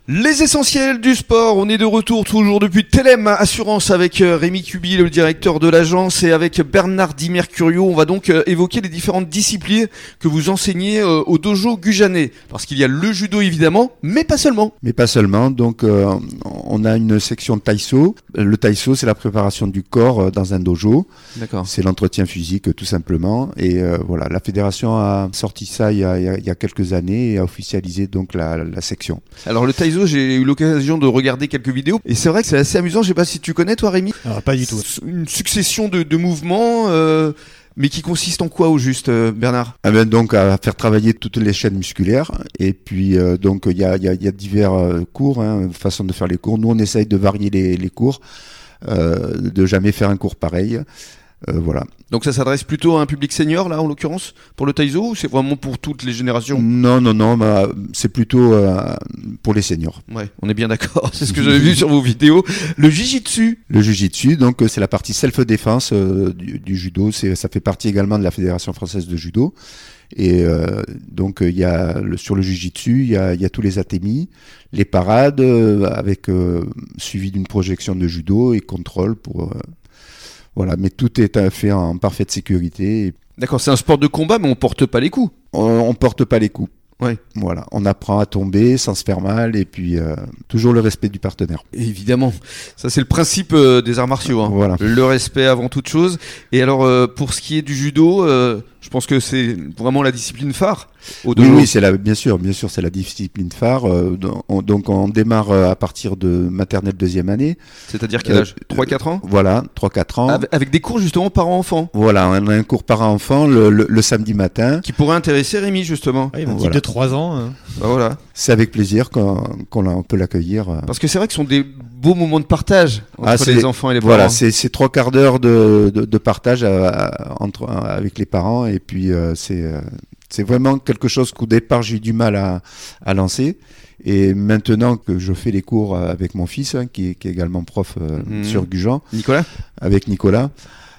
Les essentiels du sport, on est de retour toujours depuis Telem Assurance avec Rémi Cubi, le directeur de l'agence, et avec Bernard Di Mercurio. On va donc évoquer les différentes disciplines que vous enseignez au dojo Gujanais. Parce qu'il y a le judo évidemment, mais pas seulement. Mais pas seulement, donc on a une section Taiso. Le Taiso, c'est la préparation du corps dans un dojo. D'accord. C'est l'entretien physique tout simplement. Et voilà, la fédération a sorti ça il y a quelques années et a officialisé donc la section. Alors le Taiso, j'ai eu l'occasion de regarder quelques vidéos et c'est vrai que c'est assez amusant. Je sais pas si tu connais toi Rémi. Alors, pas du tout. Une succession de mouvements, mais qui consiste en quoi au juste, Bernard? Donc à faire travailler toutes les chaînes musculaires. Et puis donc il y a divers cours, façon de faire les cours. Nous on essaye de varier les cours, de jamais faire un cours pareil. Voilà. Donc ça s'adresse plutôt à un public senior là en l'occurrence pour le Taiso, ou c'est vraiment pour toutes les générations? Non, c'est plutôt pour les seniors. Ouais, on est bien d'accord, c'est ce que j'avais vu sur vos vidéos. Le Jiu-Jitsu. Le Jiu-Jitsu, donc c'est la partie self-défense du judo, ça fait partie également de la Fédération française de judo. Et donc il y a sur le Jiu-Jitsu, il y a tous les atemi, les parades avec suivi d'une projection de judo et contrôle pour voilà, mais tout est fait en parfaite sécurité. D'accord, c'est un sport de combat, mais on porte pas les coups. On porte pas les coups. Ouais. Voilà, on apprend à tomber sans se faire mal et puis toujours le respect du partenaire. Évidemment, ça c'est le principe des arts martiaux. Hein. Voilà. Le respect avant toute chose. Et alors pour ce qui est du judo, je pense que c'est vraiment la discipline phare au dojo. Oui, bien sûr, c'est la discipline phare. Donc on démarre à partir de maternelle deuxième année. C'est-à-dire quel âge? 3-4 ans? Voilà, 3-4 ans. Avec des cours justement parents-enfants. Voilà, on a un cours parents-enfants le samedi matin. Qui pourrait intéresser Rémi justement. Oui, un type de 3 ans. Bah, voilà. C'est avec plaisir qu'on peut l'accueillir. Parce que c'est vrai que ce sont des beaux moments de partage entre les enfants et les parents. Voilà, c'est 3/4 d'heure de partage avec les parents. Et puis c'est vraiment quelque chose qu'au départ j'ai eu du mal à lancer. Et maintenant que je fais les cours avec mon fils, qui est également prof sur Gujan, Nicolas, avec Nicolas,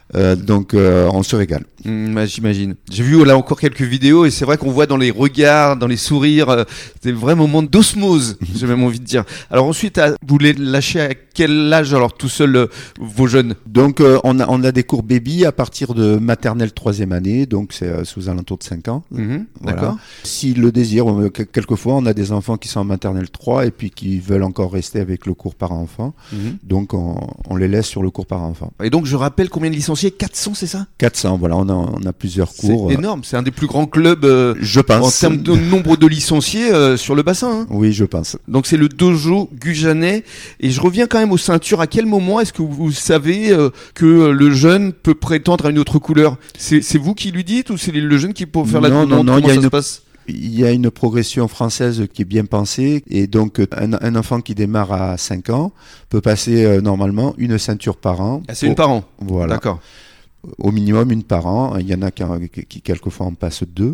donc on se régale. J'imagine. J'ai vu là encore quelques vidéos et c'est vrai qu'on voit dans les regards, dans les sourires, des vrais moments d'osmose, j'ai même envie de dire. Alors ensuite, vous les lâchez à quel âge alors tout seul vos jeunes? Donc on a des cours baby à partir de maternelle troisième année, donc c'est sous alentours de 5 ans. Voilà. D'accord. S'ils le désirent, quelquefois on a des enfants qui sont en maternelle 3 et puis qui veulent encore rester avec le cours parent-enfant. Donc on les laisse sur le cours parent-enfant. Et donc je rappelle combien de licenciés? 400, c'est ça? 400, voilà, on a plusieurs cours. C'est énorme, c'est un des plus grands clubs je pense. En termes de nombre de licenciés sur le bassin. Hein. Oui, je pense. Donc c'est le dojo Gujanais. Et je reviens quand même aux ceintures. À quel moment est-ce que vous savez que le jeune peut prétendre à une autre couleur? C'est vous qui lui dites ou c'est le jeune qui peut faire la demande? Non, comment ça se passe? Il y a une progression française qui est bien pensée et donc un enfant qui démarre à 5 ans peut passer normalement une ceinture par an. Ah, c'est une par an? Voilà. D'accord. Au minimum une par an. Il y en a qui quelquefois en passent 2.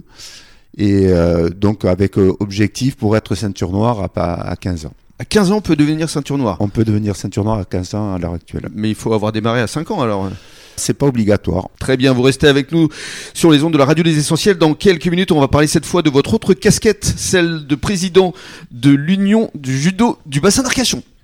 Et donc avec objectif pour être ceinture noire à 15 ans. À 15 ans, on peut devenir ceinture noire? On peut devenir ceinture noire à 15 ans à l'heure actuelle. Mais il faut avoir démarré à 5 ans alors? C'est pas obligatoire. Très bien, vous restez avec nous sur les ondes de la radio des Essentiels. Dans quelques minutes, on va parler cette fois de votre autre casquette, celle de président de l'Union du judo du bassin d'Arcachon.